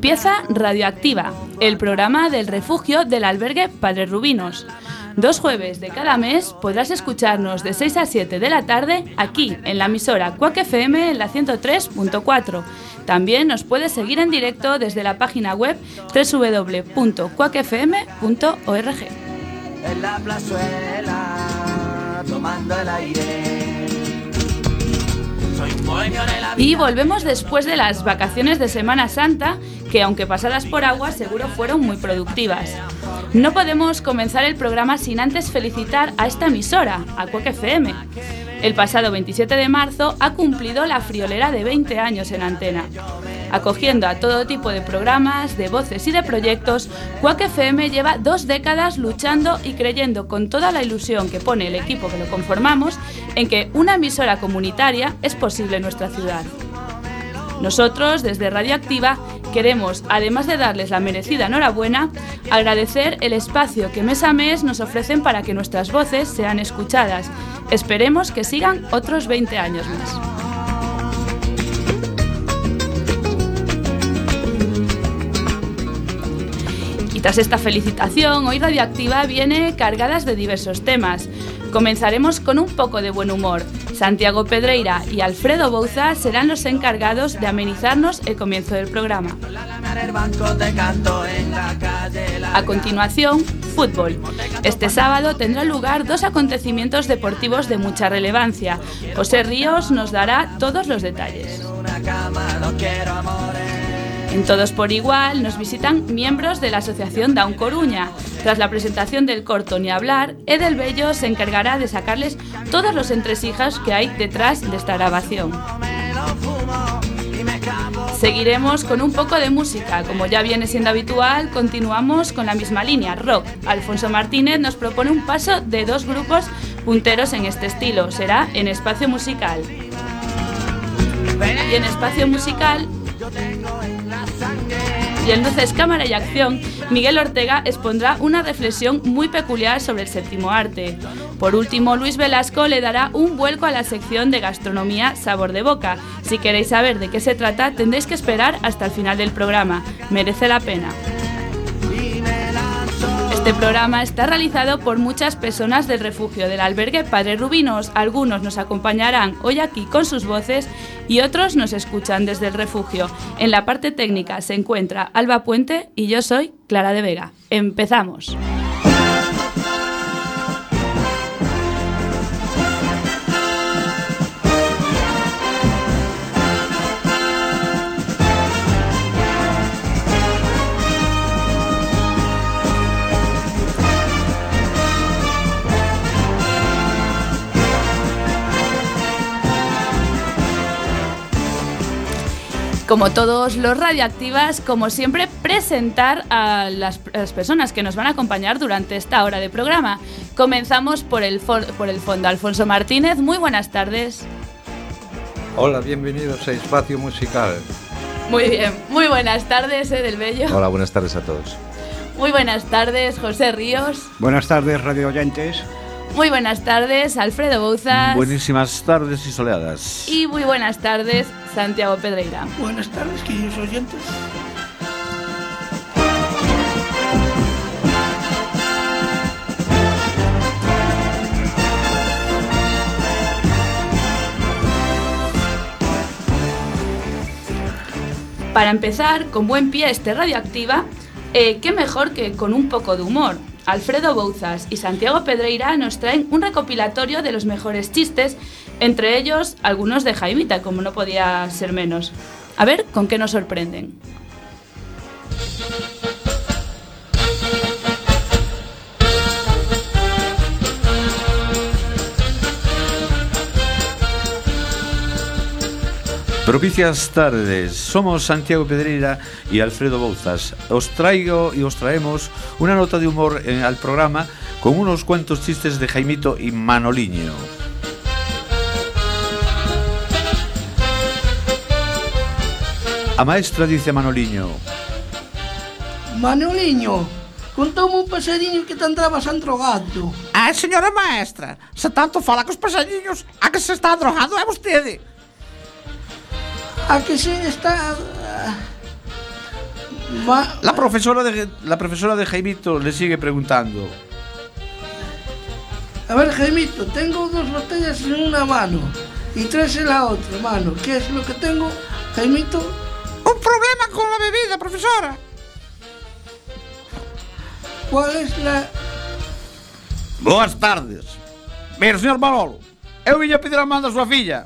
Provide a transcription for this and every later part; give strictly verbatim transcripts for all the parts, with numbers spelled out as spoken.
Empieza Radioactiva, el programa del refugio del albergue Padre Rubinos. Dos jueves de cada mes podrás escucharnos de seis a siete de la tarde aquí en la emisora Quack F M en la ciento tres punto cuatro. También nos puedes seguir en directo desde la página web doble u doble u doble u punto quack f m punto org. En la plazuela, tomando el aire. Y volvemos después de las vacaciones de Semana Santa, que aunque pasadas por agua seguro fueron muy productivas. No podemos comenzar el programa sin antes felicitar a esta emisora, a Quack F M. El pasado veintisiete de marzo ha cumplido la friolera de veinte años en antena. Acogiendo a todo tipo de programas, de voces y de proyectos, Quack F M lleva dos décadas luchando y creyendo con toda la ilusión que pone el equipo que lo conformamos en que una emisora comunitaria es posible en nuestra ciudad. Nosotros, desde Radioactiva, queremos, además de darles la merecida enhorabuena, agradecer el espacio que mes a mes nos ofrecen para que nuestras voces sean escuchadas. Esperemos que sigan otros veinte años más. Tras esta felicitación, hoy Radioactiva viene cargadas de diversos temas. Comenzaremos con un poco de buen humor. Santiago Pedreira y Alfredo Bouza serán los encargados de amenizarnos el comienzo del programa. A continuación, fútbol. Este sábado tendrá lugar dos acontecimientos deportivos de mucha relevancia. José Ríos nos dará todos los detalles. En Todos por Igual nos visitan miembros de la Asociación Down Coruña. Tras la presentación del corto Ni Hablar, Edel Bello se encargará de sacarles todos los entresijos que hay detrás de esta grabación. Seguiremos con un poco de música. Como ya viene siendo habitual, continuamos con la misma línea, rock. Alfonso Martínez nos propone un paso de dos grupos punteros en este estilo. Será en Espacio Musical. Y en Espacio Musical... Y en Luces, Cámara y Acción, Miguel Ortega expondrá una reflexión muy peculiar sobre el séptimo arte. Por último, Luis Velasco le dará un vuelco a la sección de gastronomía Sabor de Boca. Si queréis saber de qué se trata, tendréis que esperar hasta el final del programa. Merece la pena. Este programa está realizado por muchas personas del refugio del albergue Padre Rubinos. Algunos nos acompañarán hoy aquí con sus voces y otros nos escuchan desde el refugio. En la parte técnica se encuentra Alba Puente y yo soy Clara de Vega. ¡Empezamos! Como todos los Radioactivas, como siempre, presentar a las, a las personas que nos van a acompañar durante esta hora de programa. Comenzamos por el, for, por el fondo. Alfonso Martínez, muy buenas tardes. Hola, bienvenidos a Espacio Musical. Muy bien, muy buenas tardes, Edel Bello. Hola, buenas tardes a todos. Muy buenas tardes, José Ríos. Buenas tardes, radio oyentes. Muy buenas tardes, Alfredo Bouza. Buenísimas tardes y soleadas. Y muy buenas tardes, Santiago Pedreira. Buenas tardes, queridos oyentes. Para empezar, con buen pie este Radioactiva, eh, qué mejor que con un poco de humor. Alfredo Bouzas y Santiago Pedreira nos traen un recopilatorio de los mejores chistes, entre ellos algunos de Jaimita, como no podía ser menos. A ver con qué nos sorprenden. Propicias tardes, somos Santiago Pedreira y Alfredo Bouzas. Os traigo y os traemos una nota de humor en, al programa con unos cuantos chistes de Jaimito y Manoliño. A maestra dice a Manoliño: Manoliño, contoume un pasadiño que te andabas androgado. Ai, señora maestra, se tanto fala cos pasadiños, a que se está drogado é vostede. A que se está... Va... La profesora de la profesora de Jaimito le sigue preguntando. A ver, Jaimito, tengo dos botellas en una mano y tres en la otra mano. ¿Qué es lo que tengo, Jaimito? Un problema con la bebida, profesora. ¿Cuál es la...? Boas tardes. Mira, señor Manolo, eu viña pedir a man da súa filla.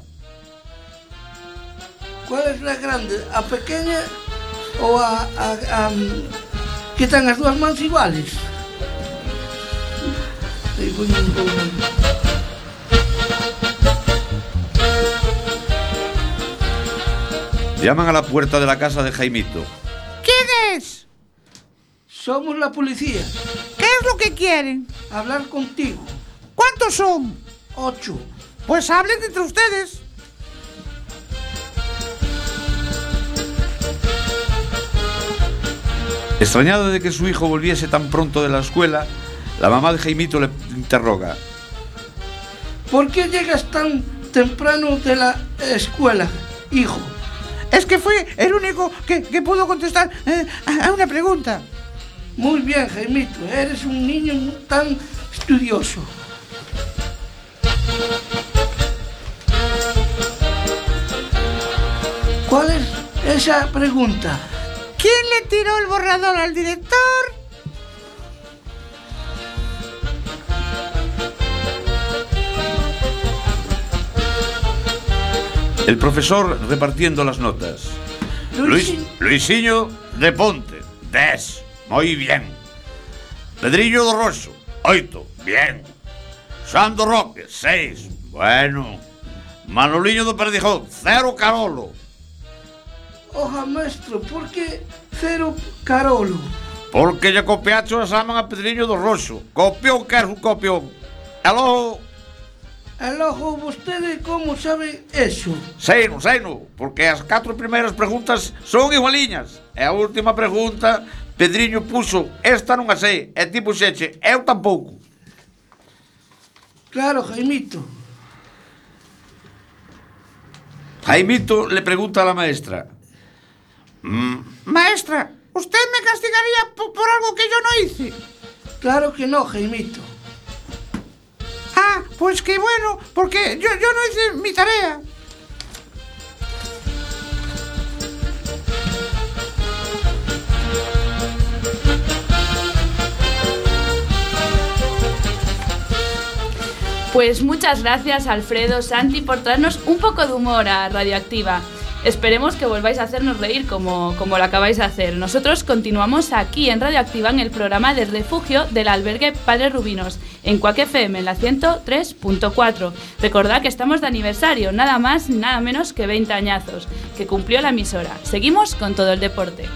¿Cuál es la grande? ¿A pequeña o a... a, a que están as dúas mans iguales? Sí, pues, Llaman a la puerta de la casa de Jaimito. ¿Quién es? somos la policía. ¿Qué es lo que quieren? Hablar contigo. ¿Cuántos son? Ocho. Pues hablen entre ustedes. Extrañado de que su hijo volviese tan pronto de la escuela, la mamá de Jaimito le interroga. ¿Por qué llegas tan temprano de la escuela, hijo? Es que fui el único que, que pudo contestar eh, a una pregunta. Muy bien, Jaimito, eres un niño tan estudioso. ¿Cuál es esa pregunta? ¿Quién le tiró el borrador al director? El profesor repartiendo las notas. Luis, Luisinho de Ponte, dez. Muy bien. Pedrillo do Roxo, oito. Bien. Sando Roque, seis. Bueno. Manoliño do Perdijón, cero Carolo. Oja, maestro, ¿por qué cero Carolo? Porque lle copiacho o examen a Pedrillo do Roxo. Copión que é un copión. E logo... E logo, vostede como sabe eso? Sei non, sei non, porque as catro primeiras preguntas son igualiñas. E a última pregunta, Pedriño puxo, esta non a sei, e ti puxeche, eu tampouco. Claro, Jaimito. Jaimito le pregunta a la maestra. Mm. Maestra, ¿usted me castigaría por, por algo que yo no hice? Claro que no, Jaimito. Ah, pues que bueno, porque yo, yo no hice mi tarea. Pues muchas gracias, Alfredo, Santi, por traernos un poco de humor a Radioactiva. Esperemos que volváis a hacernos reír como, como lo acabáis de hacer. Nosotros continuamos aquí en Radioactiva en el programa de refugio del albergue Padre Rubinos, en Cuac F M, en la ciento tres punto cuatro. Recordad que estamos de aniversario, nada más, nada menos que veinte añazos, que cumplió la emisora. Seguimos con todo el deporte.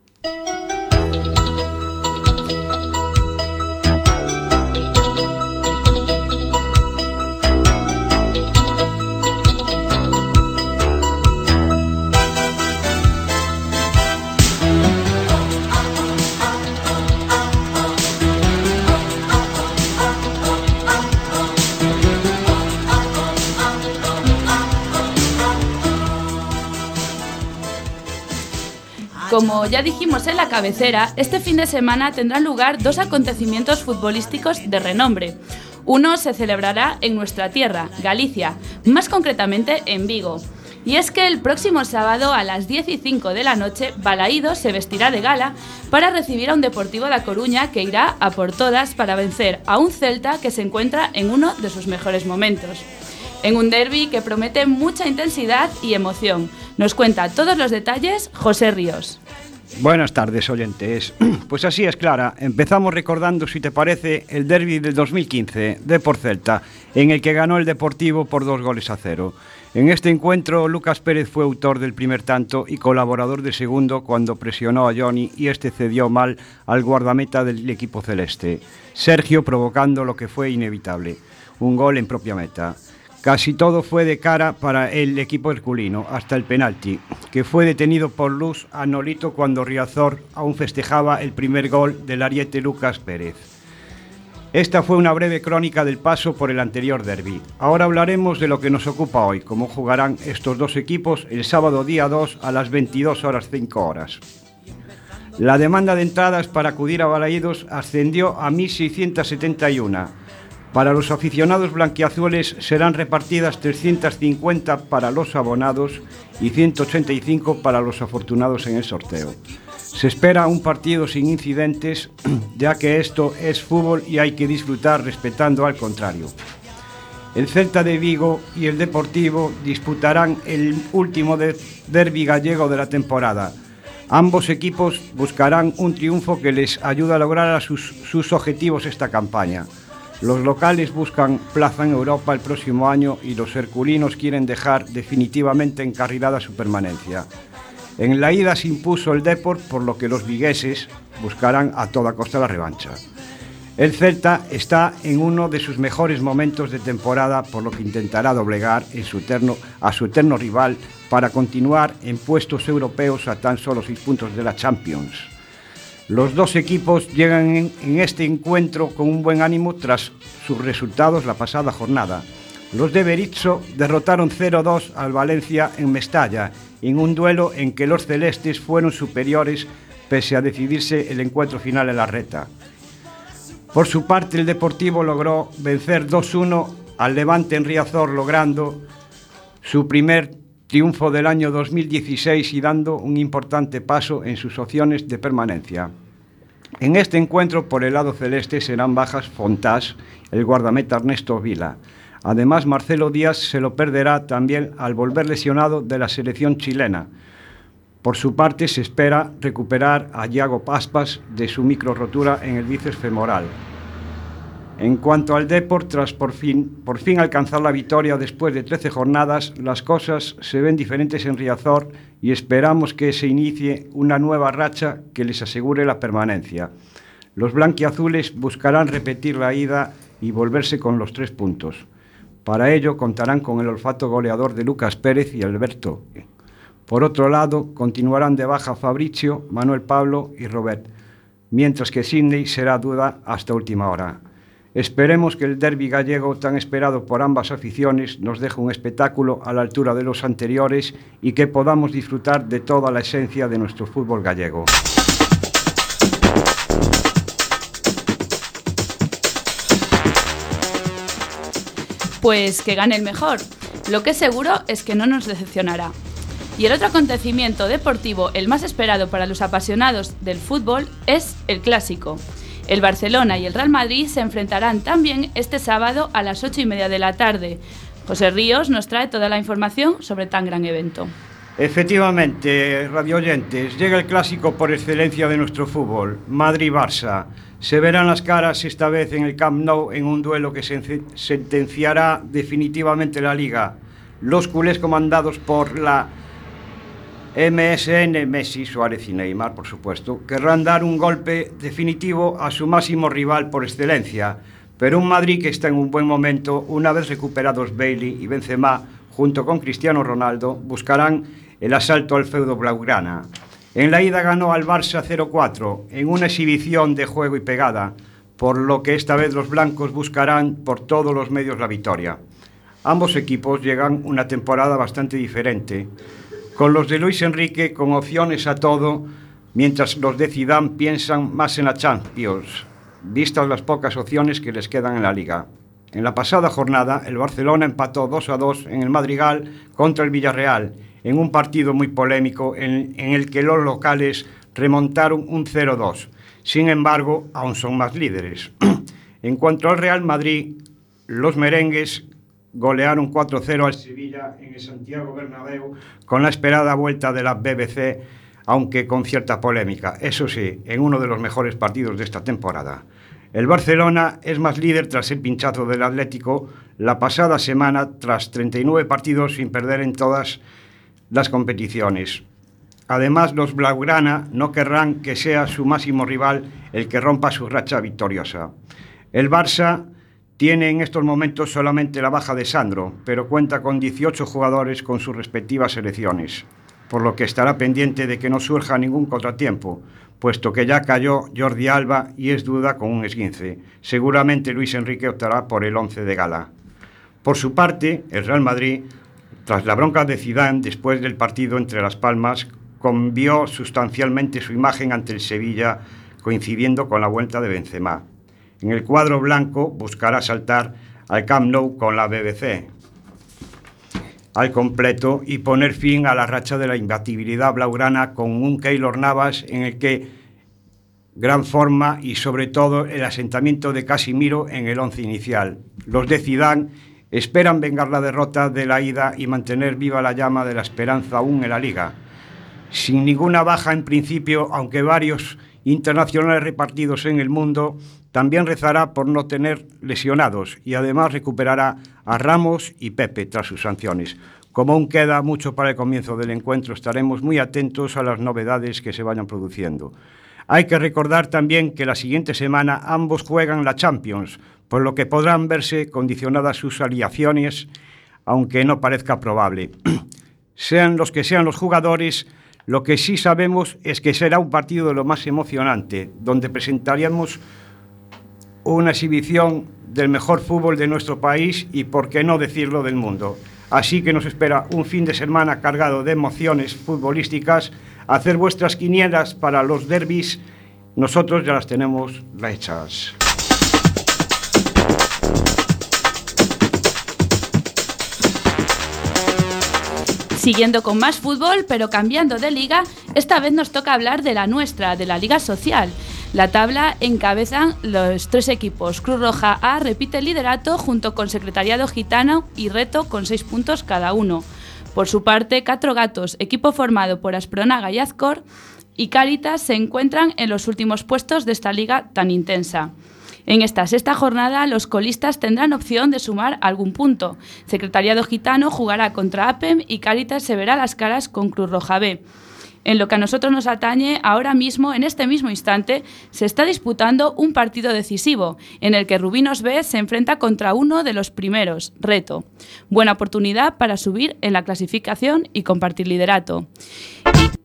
Como ya dijimos en la cabecera, este fin de semana tendrán lugar dos acontecimientos futbolísticos de renombre. Uno se celebrará en nuestra tierra, Galicia, más concretamente en Vigo. Y es que el próximo sábado a las diez y cinco de la noche, Balaídos se vestirá de gala para recibir a un Deportivo da Coruña que irá a por todas para vencer a un Celta que se encuentra en uno de sus mejores momentos. En un derbi que promete mucha intensidad y emoción. Nos cuenta todos los detalles José Ríos. Buenas tardes, oyentes. Pues así es, Clara. Empezamos recordando, si te parece, el derbi del dos mil quince, Depor Celta, en el que ganó el Deportivo por dos goles a cero. En este encuentro, Lucas Pérez fue autor del primer tanto y colaborador del segundo cuando presionó a Johnny y este cedió mal al guardameta del equipo celeste, Sergio, provocando lo que fue inevitable, un gol en propia meta. Casi todo fue de cara para el equipo herculino, hasta el penalti, que fue detenido por Luz a Nolito cuando Riazor aún festejaba el primer gol del ariete Lucas Pérez. Esta fue una breve crónica del paso por el anterior derbi. Ahora hablaremos de lo que nos ocupa hoy, cómo jugarán estos dos equipos el sábado día dos a las veintidós horas cinco horas. La demanda de entradas para acudir a Balaídos ascendió a mil seiscientas setenta y una. Para los aficionados blanquiazules serán repartidas trescientas cincuenta para los abonados y ciento ochenta y cinco para los afortunados en el sorteo. Se espera un partido sin incidentes, ya que esto es fútbol y hay que disfrutar respetando al contrario. El Celta de Vigo y el Deportivo disputarán el último de derbi gallego de la temporada. Ambos equipos buscarán un triunfo que les ayude a lograr a sus, sus objetivos esta campaña. Los locales buscan plaza en Europa el próximo año y los herculinos quieren dejar definitivamente encarrilada su permanencia. En la ida se impuso el Deport, por lo que los vigueses buscarán a toda costa la revancha. El Celta está en uno de sus mejores momentos de temporada, por lo que intentará doblegar en su eterno, a su eterno rival para continuar en puestos europeos a tan solo seis puntos de la Champions. Los dos equipos llegan en, en este encuentro con un buen ánimo tras sus resultados la pasada jornada. Los de Berizzo derrotaron cero dos al Valencia en Mestalla, en un duelo en que los celestes fueron superiores pese a decidirse el encuentro final en la Reta. Por su parte, el Deportivo logró vencer dos uno al Levante en Riazor, logrando su primer triunfo del año dos mil dieciséis y dando un importante paso en sus opciones de permanencia. En este encuentro, por el lado celeste, serán bajas Fontás, el guardameta Ernesto Vila. Además, Marcelo Díaz se lo perderá también al volver lesionado de la selección chilena. Por su parte, se espera recuperar a Iago Aspas de su micro rotura en el bíceps femoral. En cuanto al Deport, tras por fin, por fin alcanzar la victoria después de trece jornadas, las cosas se ven diferentes en Riazor y esperamos que se inicie una nueva racha que les asegure la permanencia. Los blanquiazules buscarán repetir la ida y volverse con los tres puntos. Para ello contarán con el olfato goleador de Lucas Pérez y Alberto. Por otro lado, continuarán de baja Fabricio, Manuel Pablo y Robert, mientras que Sidney será duda hasta última hora. Esperemos que el derbi gallego, tan esperado por ambas aficiones, nos deje un espectáculo a la altura de los anteriores y que podamos disfrutar de toda la esencia de nuestro fútbol gallego. Pues que gane el mejor. Lo que es seguro es que no nos decepcionará. Y el otro acontecimiento deportivo, el más esperado para los apasionados del fútbol, es el Clásico. El Barcelona y el Real Madrid se enfrentarán también este sábado a las ocho y media de la tarde. José Ríos nos trae toda la información sobre tan gran evento. Efectivamente, radioyentes, llega el clásico por excelencia de nuestro fútbol, Madrid-Barça. Se verán las caras esta vez en el Camp Nou en un duelo que sentenciará definitivamente la Liga. Los culés, comandados por la M S N, Messi, Suárez y Neymar, por supuesto, querrán dar un golpe definitivo a su máximo rival por excelencia, pero un Madrid que está en un buen momento, una vez recuperados Bailey y Benzema, junto con Cristiano Ronaldo, buscarán el asalto al feudo blaugrana. En la ida ganó al Barça cero cuatro, en una exhibición de juego y pegada, por lo que esta vez los blancos buscarán por todos los medios la victoria. Ambos equipos llegan una temporada bastante diferente, con los de Luis Enrique con opciones a todo, mientras los de Zidane piensan más en la Champions, vistas las pocas opciones que les quedan en la Liga. En la pasada jornada, el Barcelona empató dos a dos en el Madrigal contra el Villarreal, en un partido muy polémico en, en el que los locales remontaron un cero dos. Sin embargo, aún son más líderes. En cuanto al Real Madrid, los merengues golearon cuatro cero al Sevilla en el Santiago Bernabéu con la esperada vuelta de la B B C, aunque con cierta polémica, eso sí, en uno de los mejores partidos de esta temporada. El Barcelona es más líder tras el pinchazo del Atlético la pasada semana, tras treinta y nueve partidos sin perder en todas las competiciones. Además, los blaugrana no querrán que sea su máximo rival el que rompa su racha victoriosa. El Barça tiene en estos momentos solamente la baja de Sandro, pero cuenta con dieciocho jugadores con sus respectivas selecciones, por lo que estará pendiente de que no surja ningún contratiempo, puesto que ya cayó Jordi Alba y es duda con un esguince. Seguramente Luis Enrique optará por el once de gala. Por su parte, el Real Madrid, tras la bronca de Zidane después del partido entre Las Palmas cambió sustancialmente su imagen ante el Sevilla, coincidiendo con la vuelta de Benzema. En el cuadro blanco buscará saltar al Camp Nou con la B B C al completo y poner fin a la racha de la imbatibilidad blaugrana con un Keylor Navas en el que gran forma y sobre todo el asentamiento de Casimiro en el once inicial. Los de Zidane esperan vengar la derrota de la ida y mantener viva la llama de la esperanza aún en la Liga. Sin ninguna baja en principio, aunque varios internacionales repartidos en el mundo, también rezará por no tener lesionados y además recuperará a Ramos y Pepe tras sus sanciones. Como aún queda mucho para el comienzo del encuentro, estaremos muy atentos a las novedades que se vayan produciendo. Hay que recordar también que la siguiente semana ambos juegan la Champions, por lo que podrán verse condicionadas sus alineaciones, aunque no parezca probable. Sean los que sean los jugadores, lo que sí sabemos es que será un partido de lo más emocionante, donde presentaríamos una exhibición del mejor fútbol de nuestro país y, por qué no decirlo, del mundo. Así que nos espera un fin de semana cargado de emociones futbolísticas. Hacer vuestras quinielas para los derbis, nosotros ya las tenemos hechas. Siguiendo con más fútbol, pero cambiando de liga, esta vez nos toca hablar de la nuestra, de la Liga Social. La tabla encabezan los tres equipos. Cruz Roja A repite el liderato junto con Secretariado Gitano y Reto con seis puntos cada uno. Por su parte, Catro Gatos, equipo formado por Aspronaga y Azcor, y Cáritas se encuentran en los últimos puestos de esta liga tan intensa. En esta sexta jornada, los colistas tendrán opción de sumar algún punto. Secretariado Gitano jugará contra A P E M y Cáritas se verá las caras con Cruz Roja B. En lo que a nosotros nos atañe, ahora mismo, en este mismo instante, se está disputando un partido decisivo, en el que Rubinos B se enfrenta contra uno de los primeros, Reto. Buena oportunidad para subir en la clasificación y compartir liderato. Y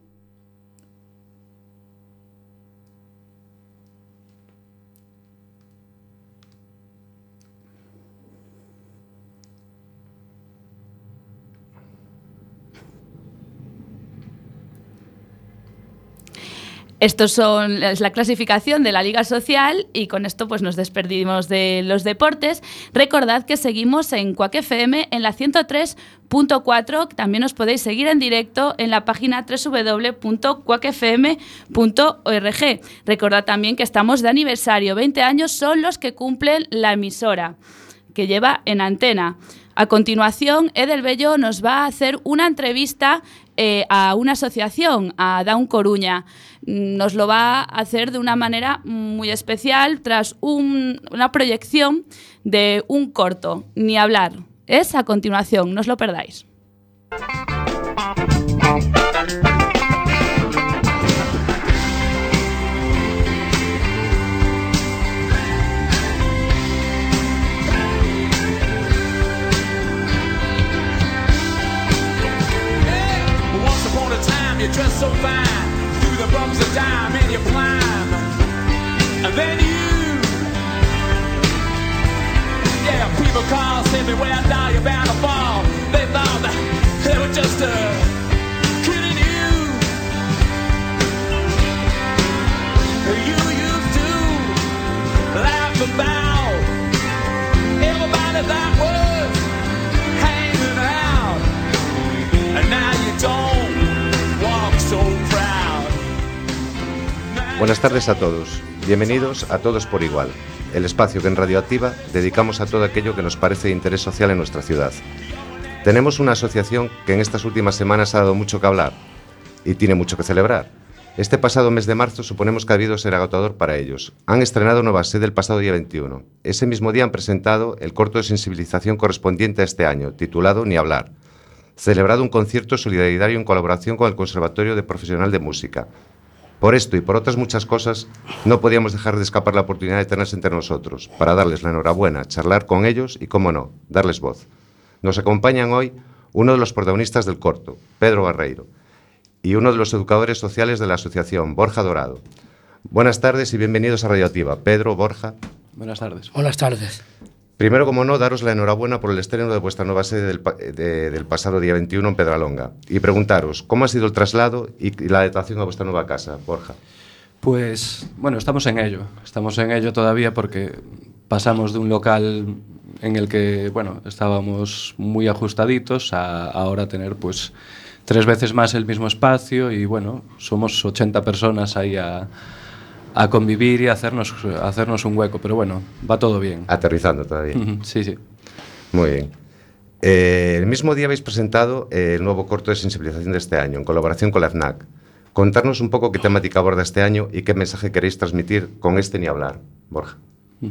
Estos son, es la clasificación de la Liga Social y con esto pues nos despedimos de los deportes. Recordad que seguimos en Quack F M en la ciento tres punto cuatro. También os podéis seguir en directo en la página doble u doble u doble u punto quack f m punto org. Recordad también que estamos de aniversario. veinte años son los que cumplen la emisora que lleva en antena. A continuación, Edel Bello nos va a hacer una entrevista eh, a una asociación, a Down Coruña. Nos lo va a hacer de una manera muy especial tras un, una proyección de un corto, Ni hablar. Es a continuación, no os lo perdáis. You dress so fine, through the bumps of time and you climb. And then you, yeah, people call, say me where I die, you're bound to fall. They thought that they were just uh, kidding you. You used to laugh about everybody that was hanging out. And now you don't. Buenas tardes a todos, bienvenidos a Todos por Igual, el espacio que en Radioactiva dedicamos a todo aquello que nos parece de interés social en nuestra ciudad. Tenemos una asociación que en estas últimas semanas ha dado mucho que hablar y tiene mucho que celebrar. Este pasado mes de marzo suponemos que ha debido ser agotador para ellos. Han estrenado nueva sede el pasado día veintiuno. Ese mismo día han presentado el corto de sensibilización correspondiente a este año, titulado Ni hablar. Celebrado un concierto solidario en colaboración con el Conservatorio de Profesional de Música. Por esto y por otras muchas cosas, no podíamos dejar de escapar la oportunidad de tenernos entre nosotros, para darles la enhorabuena, charlar con ellos y, cómo no, darles voz. Nos acompañan hoy uno de los protagonistas del corto, Pedro Barreiro, y uno de los educadores sociales de la asociación, Borja Dorado. Buenas tardes y bienvenidos a Radioactiva. Pedro, Borja. Buenas tardes. Buenas tardes. Primero, como no, daros la enhorabuena por el estreno de vuestra nueva sede del, pa de, del pasado día veintiuno en Pedralonga y preguntaros cómo ha sido el traslado y la adaptación a vuestra nueva casa, Borja. Pues, bueno, estamos en ello, estamos en ello todavía porque pasamos de un local en el que, bueno, estábamos muy ajustaditos a ahora tener, pues, tres veces más el mismo espacio y, bueno, somos ochenta personas ahí a... a convivir y a hacernos, a hacernos un hueco, pero bueno, va todo bien. Aterrizando todavía. Sí, sí. Muy bien. Eh, el mismo día habéis presentado eh, el nuevo corto de sensibilización de este año, en colaboración con la F N A C. Contarnos un poco qué temática aborda este año y qué mensaje queréis transmitir con este Ni hablar, Borja.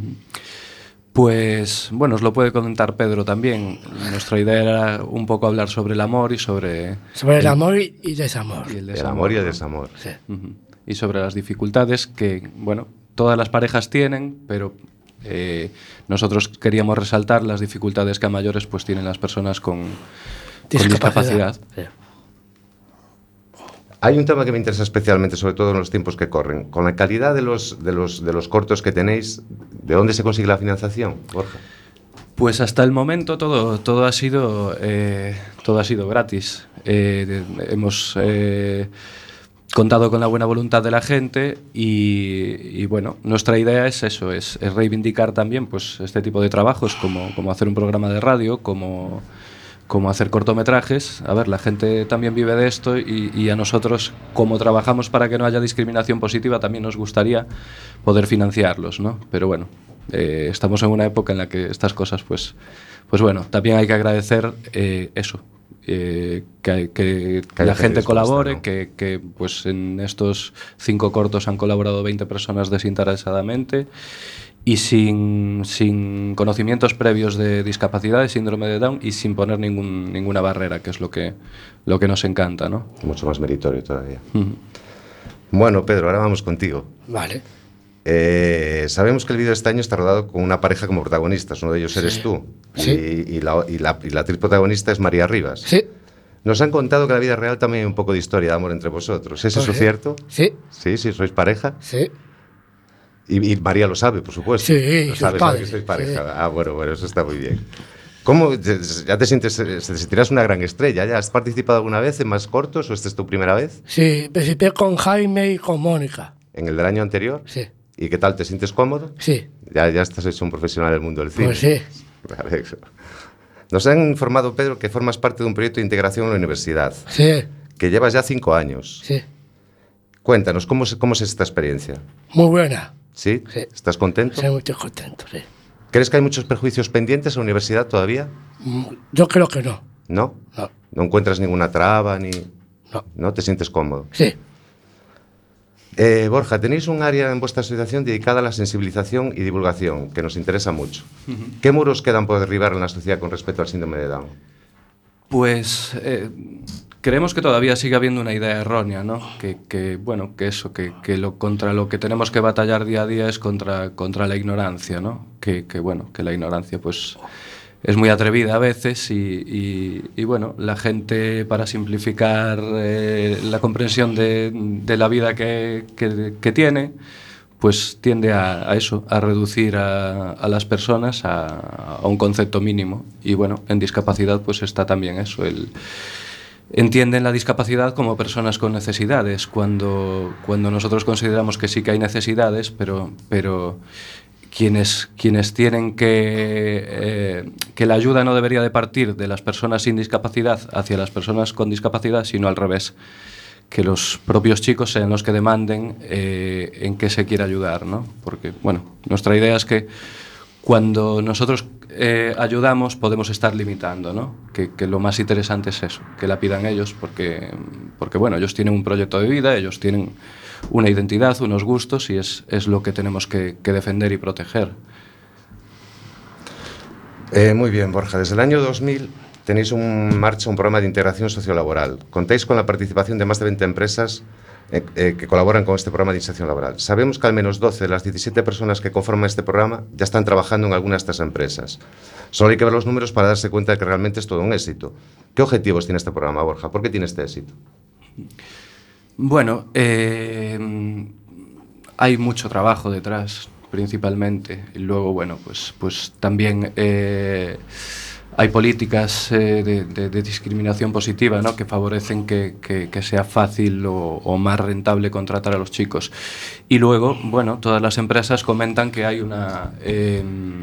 Pues, bueno, os lo puede contar Pedro también. Nuestra idea era un poco hablar sobre el amor y sobre... Sobre el, el amor y desamor. Y el, desamor, el amor y el desamor. Sí. Uh-huh. Y sobre las dificultades que, bueno, todas las parejas tienen, pero eh, nosotros queríamos resaltar las dificultades que a mayores pues tienen las personas con discapacidad. Con discapacidad. Sí. Hay un tema que me interesa especialmente, sobre todo en los tiempos que corren. Con la calidad de los, de los, de los cortos que tenéis, ¿de dónde se consigue la financiación, Borja? Pues hasta el momento todo, todo, ha, sido, eh, todo ha sido gratis. Eh, de, hemos... Eh, contado con la buena voluntad de la gente y, y bueno, nuestra idea es eso, es, es reivindicar también pues, este tipo de trabajos como, como hacer un programa de radio, como, como hacer cortometrajes. A ver, la gente también vive de esto y, y a nosotros, como trabajamos para que no haya discriminación positiva, también nos gustaría poder financiarlos, ¿no? Pero bueno, eh, estamos en una época en la que estas cosas, pues, pues bueno, también hay que agradecer eh, eso. Eh, que, que, que la gente colabore, ¿no? que, que pues en estos cinco cortos han colaborado veinte personas desinteresadamente y sin, sin conocimientos previos de discapacidad, de síndrome de Down y sin poner ningún, ninguna barrera, que es lo que, lo que nos encanta, ¿no? Mucho más meritorio todavía. Uh-huh. Bueno, Pedro, ahora vamos contigo. Vale. Eh, sabemos que el vídeo de este año está rodado con una pareja como protagonistas, uno de ellos sí. eres tú, sí. y, y, la, y, la, y la actriz protagonista es María Rivas. Sí. Nos han contado que en la vida real también hay un poco de historia de amor entre vosotros. ¿Es eso sí. cierto? Sí. Sí, sí, sois pareja. Sí. Y, y María lo sabe, por supuesto. Sí, lo sabe, sabe que sois pareja. Sí. Ah, bueno, bueno, eso está muy bien. ¿Cómo? ¿Ya te sientes, te sentirás una gran estrella? ¿Ya has participado alguna vez en más cortos o esta es tu primera vez? Sí, participé con Jaime y con Mónica. ¿En el del año anterior? Sí. ¿Y qué tal? ¿Te sientes cómodo? Sí. Ya, ya estás hecho un profesional del mundo del cine. Pues sí. Vale, eso. Nos han informado, Pedro, que formas parte de un proyecto de integración en la universidad. Sí. Que llevas ya cinco años. Sí. Cuéntanos, ¿cómo, cómo es esta experiencia? Muy buena. ¿Sí? Sí. ¿Estás contento? Estoy muy contento, sí. ¿Crees que hay muchos prejuicios pendientes en la universidad todavía? Yo creo que no. ¿No? No. ¿No encuentras ninguna traba ni...? No. ¿No? ¿Te sientes cómodo? Sí. Eh, Borja, tenéis un área en vuestra asociación dedicada a la sensibilización y divulgación, que nos interesa mucho. Uh-huh. ¿Qué muros quedan por derribar en la sociedad con respecto al síndrome de Down? Pues eh, creemos que todavía sigue habiendo una idea errónea, ¿no? Que, que bueno, que eso, que, que lo, contra lo que tenemos que batallar día a día es contra, contra la ignorancia, ¿no? Que, que bueno, que la ignorancia, pues... es muy atrevida a veces y, y, y bueno, la gente para simplificar eh, la comprensión de, de la vida que, que, que tiene, pues tiende a, a eso, a reducir a, a las personas a, a un concepto mínimo. Y bueno, en discapacidad pues está también eso, el... entienden la discapacidad como personas con necesidades, cuando, cuando nosotros consideramos que sí que hay necesidades, pero... pero Quienes, quienes tienen que, eh, que la ayuda no debería de partir de las personas sin discapacidad hacia las personas con discapacidad, sino al revés, que los propios chicos sean los que demanden eh, en qué se quiere ayudar, ¿no? Porque, bueno, nuestra idea es que cuando nosotros eh, ayudamos podemos estar limitando, ¿no? Que, que lo más interesante es eso, que la pidan ellos, porque, porque bueno, ellos tienen un proyecto de vida, ellos tienen una identidad, unos gustos y es, es lo que tenemos que, que defender y proteger. Eh, muy bien, Borja. Desde el año dos mil tenéis en marcha un programa de integración sociolaboral. Contáis con la participación de más de veinte empresas eh, eh, que colaboran con este programa de inserción laboral. Sabemos que al menos doce de las diecisiete personas que conforman este programa ya están trabajando en algunas de estas empresas. Solo hay que ver los números para darse cuenta de que realmente es todo un éxito. ¿Qué objetivos tiene este programa, Borja? ¿Por qué tiene este éxito? Bueno, eh, hay mucho trabajo detrás. principalmente. Y luego, bueno, pues, pues también eh, hay políticas eh, de, de, de discriminación positiva, ¿no?, que favorecen que, que, que sea fácil o, o más rentable contratar a los chicos. Y luego, bueno, todas las empresas comentan que hay una... Eh,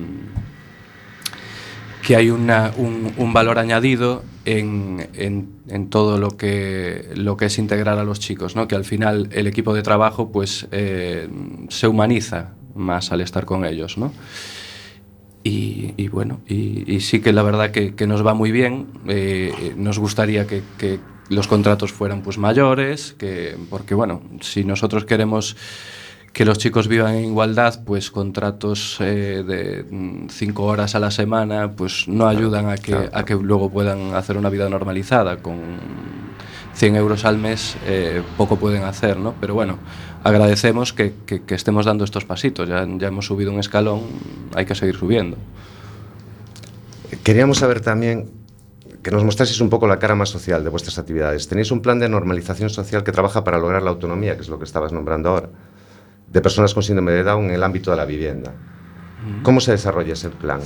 que hay una, un, un valor añadido en, en, en todo lo que, lo que es integrar a los chicos, ¿no? Que al final el equipo de trabajo pues, eh, se humaniza más al estar con ellos, ¿no? Y, y bueno, y, y sí que la verdad que, que nos va muy bien. Eh, nos gustaría que, que los contratos fueran pues, mayores, que, porque bueno, si nosotros queremos que los chicos vivan en igualdad, pues contratos eh, de cinco horas a la semana pues no ayudan a que, a que luego puedan hacer una vida normalizada. Con cien euros al mes eh, poco pueden hacer, ¿no? Pero bueno, agradecemos que, que, que estemos dando estos pasitos. Ya, ya hemos subido un escalón, hay que seguir subiendo. Queríamos saber también que nos mostraseis un poco la cara más social de vuestras actividades. Tenéis un plan de normalización social que trabaja para lograr la autonomía, que es lo que estabas nombrando ahora, de personas con síndrome de Down en el ámbito de la vivienda. ¿Cómo se desarrolla ese plan?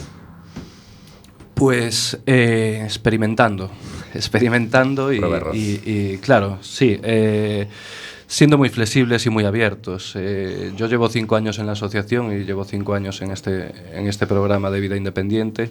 Pues eh, experimentando, experimentando y, y, y claro, sí, eh, siendo muy flexibles y muy abiertos. Eh, yo llevo cinco años en la asociación y llevo cinco años en este, en este programa de vida independiente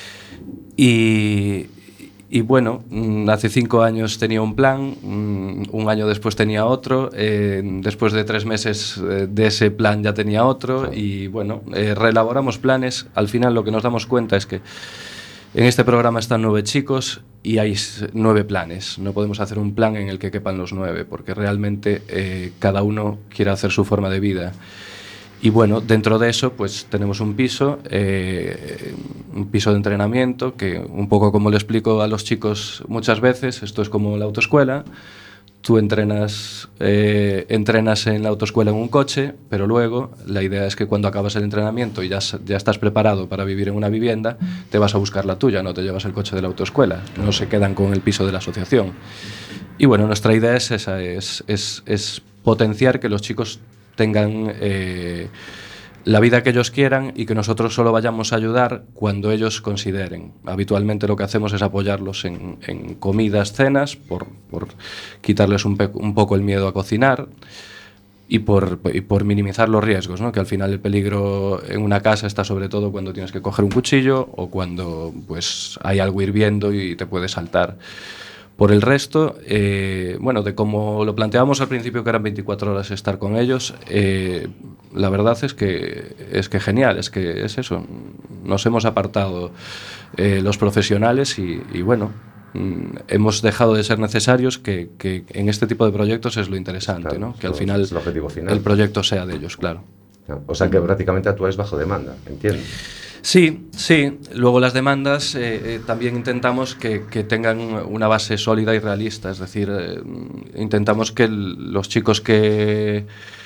y... Y bueno, hace cinco años tenía un plan, un año después tenía otro, eh, después de tres meses de ese plan ya tenía otro y bueno, eh, reelaboramos planes. Al final lo que nos damos cuenta es que en este programa están nueve chicos y hay nueve planes. No podemos hacer un plan en el que quepan los nueve porque realmente eh, cada uno quiere hacer su forma de vida. Y bueno, dentro de eso pues tenemos un piso, eh, un piso de entrenamiento que un poco como le explico a los chicos muchas veces, esto es como la autoescuela. Tú entrenas, eh, entrenas en la autoescuela en un coche, pero luego la idea es que cuando acabas el entrenamiento y ya, ya estás preparado para vivir en una vivienda, te vas a buscar la tuya, no te llevas el coche de la autoescuela, no se quedan con el piso de la asociación. Y bueno, nuestra idea es esa, es, es, es potenciar que los chicos tengan eh, la vida que ellos quieran y que nosotros solo vayamos a ayudar cuando ellos consideren. Habitualmente lo que hacemos es apoyarlos en, en comidas, cenas, por, por quitarles un, pe un poco el miedo a cocinar y por, y por minimizar los riesgos, ¿no? Que al final el peligro en una casa está sobre todo cuando tienes que coger un cuchillo o cuando pues, hay algo hirviendo y te puede saltar. Por el resto, eh, bueno, de como lo planteábamos al principio que eran veinticuatro horas estar con ellos, eh, la verdad es que es que genial, es que es eso, nos hemos apartado eh, los profesionales y, y bueno, mm, hemos dejado de ser necesarios, que, que en este tipo de proyectos es lo interesante, claro, ¿no? Que al final, es el objetivo final, el proyecto sea de ellos, claro. O sea que prácticamente actuáis bajo demanda, entiendo. Sí, sí. Luego las demandas eh, eh, también intentamos que, que tengan una base sólida y realista. Es decir, eh, intentamos que el, los chicos que,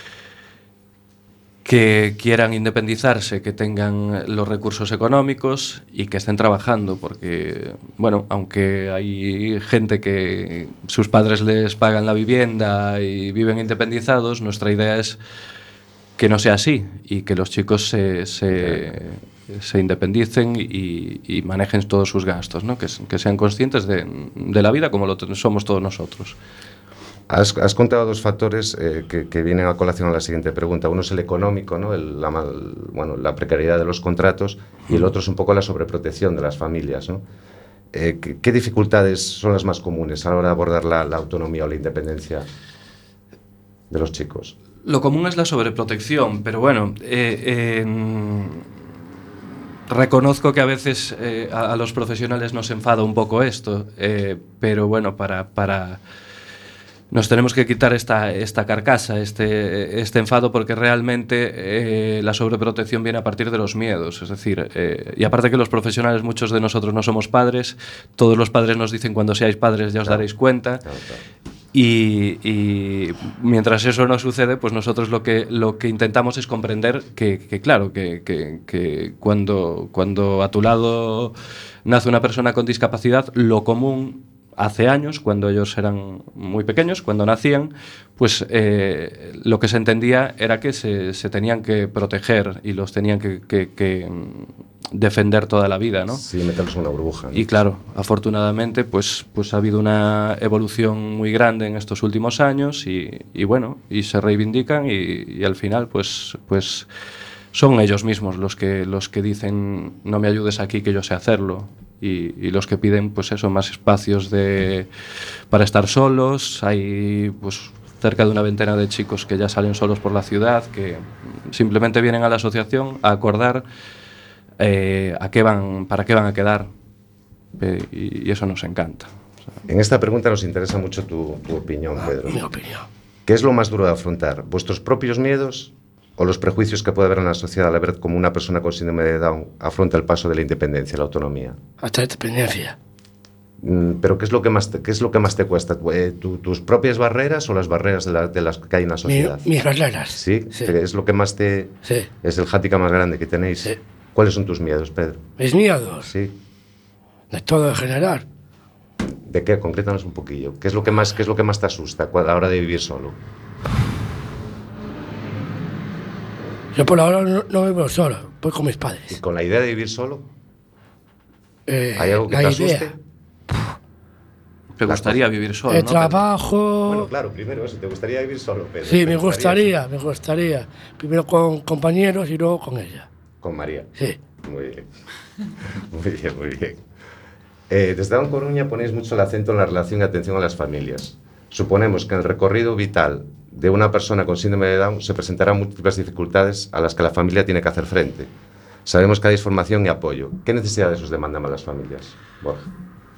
que quieran independizarse, que tengan los recursos económicos y que estén trabajando. Porque, bueno, aunque hay gente que sus padres les pagan la vivienda y viven independizados, nuestra idea es que no sea así y que los chicos se... se se independicen y, y manejen todos sus gastos, ¿no? que, que sean conscientes de, de la vida como lo somos todos nosotros. Has, has contado dos factores eh, que, que vienen a colación a la siguiente pregunta. Uno es el económico, ¿no? el, la, mal, bueno, la precariedad de los contratos, y el otro es un poco la sobreprotección de las familias, ¿no? Eh, ¿qué, ¿Qué dificultades son las más comunes a la hora de abordar la, la autonomía o la independencia de los chicos? Lo común es la sobreprotección, pero bueno... Eh, eh, Reconozco que a veces eh, a, a los profesionales nos enfada un poco esto, eh, pero bueno, para, para nos tenemos que quitar esta, esta carcasa, este, este enfado, porque realmente eh, la sobreprotección viene a partir de los miedos. Es decir, eh, y aparte que los profesionales, muchos de nosotros no somos padres, todos los padres nos dicen cuando seáis padres ya os daréis cuenta. Claro, claro. Y, y mientras eso no sucede, pues nosotros lo que, lo que intentamos es comprender que, que claro, que, que, que cuando, cuando a tu lado nace una persona con discapacidad, lo común hace años, cuando ellos eran muy pequeños, cuando nacían, pues eh, lo que se entendía era que se, se tenían que proteger y los tenían que, que, que defender toda la vida, ¿no? Sí, meterlos en una burbuja, ¿no? Y claro, afortunadamente, pues, pues ha habido una evolución muy grande en estos últimos años y, y bueno, y se reivindican y, y al final, pues, pues son ellos mismos los que, los que dicen no me ayudes aquí que yo sé hacerlo. Y, y los que piden, pues eso, más espacios de, para estar solos. Hay pues cerca de una veintena de chicos que ya salen solos por la ciudad, que simplemente vienen a la asociación a acordar eh, a qué van, para qué van a quedar, eh, y, y eso nos encanta. O sea, en esta pregunta nos interesa mucho tu, tu opinión, Pedro. Mi opinión. ¿Qué es lo más duro de afrontar? ¿Vuestros propios miedos o los prejuicios que puede haber en la sociedad al ver cómo una persona con síndrome de Down afronta el paso de la independencia, la autonomía? Hasta la independencia. Mm, pero ¿qué es lo que más te, qué es lo que más te cuesta? Eh, tu, ¿Tus propias barreras o las barreras de, la, de las que hay en la sociedad? Mi, mis barreras. ¿Sí? Sí. ¿Es lo que más te... Sí. ¿Es el jática más grande que tenéis? Sí. ¿Cuáles son tus miedos, Pedro? ¿Mis miedos? Sí. De todo en general. ¿De qué? Concrétanos un poquillo. ¿Qué es lo que más, qué es lo que más te asusta a la hora de vivir solo? Yo por ahora no, no vivo solo, voy con mis padres. ¿Y con la idea de vivir solo? Eh, ¿Hay algo que la te idea. asuste? ¿te gustaría vivir solo? El ¿no? trabajo... Bueno, claro, primero eso. ¿Te gustaría vivir solo, Pedro? Sí, ¿Te me gustaría, me gustaría. Primero con compañeros y luego con ella. Con María. Sí. Muy bien. Muy bien, muy bien. Eh, desde Down Coruña ponéis mucho el acento en la relación y atención a las familias. Suponemos que en el recorrido vital de una persona con síndrome de Down se presentarán múltiples dificultades a las que la familia tiene que hacer frente. Sabemos que hay formación y apoyo. ¿Qué necesidades os demandan más las familias, Borja?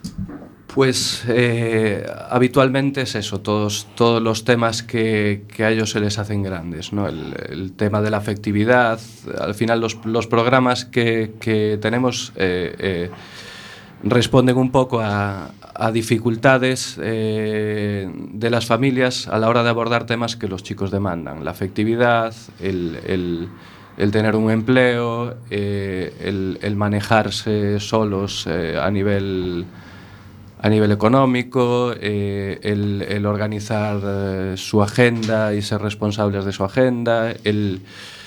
Pues eh, habitualmente es eso, todos, todos los temas que, que a ellos se les hacen grandes, ¿no? El, el tema de la afectividad, al final los, los programas que, que tenemos eh, eh, responden un poco a, a dificultades eh, de las familias a la hora de abordar temas que los chicos demandan, la afectividad, el, el, el tener un empleo, eh, el, el manejarse solos eh, a nivel... a nivel económico, eh, el, el organizar eh, su agenda y ser responsables de su agenda, el,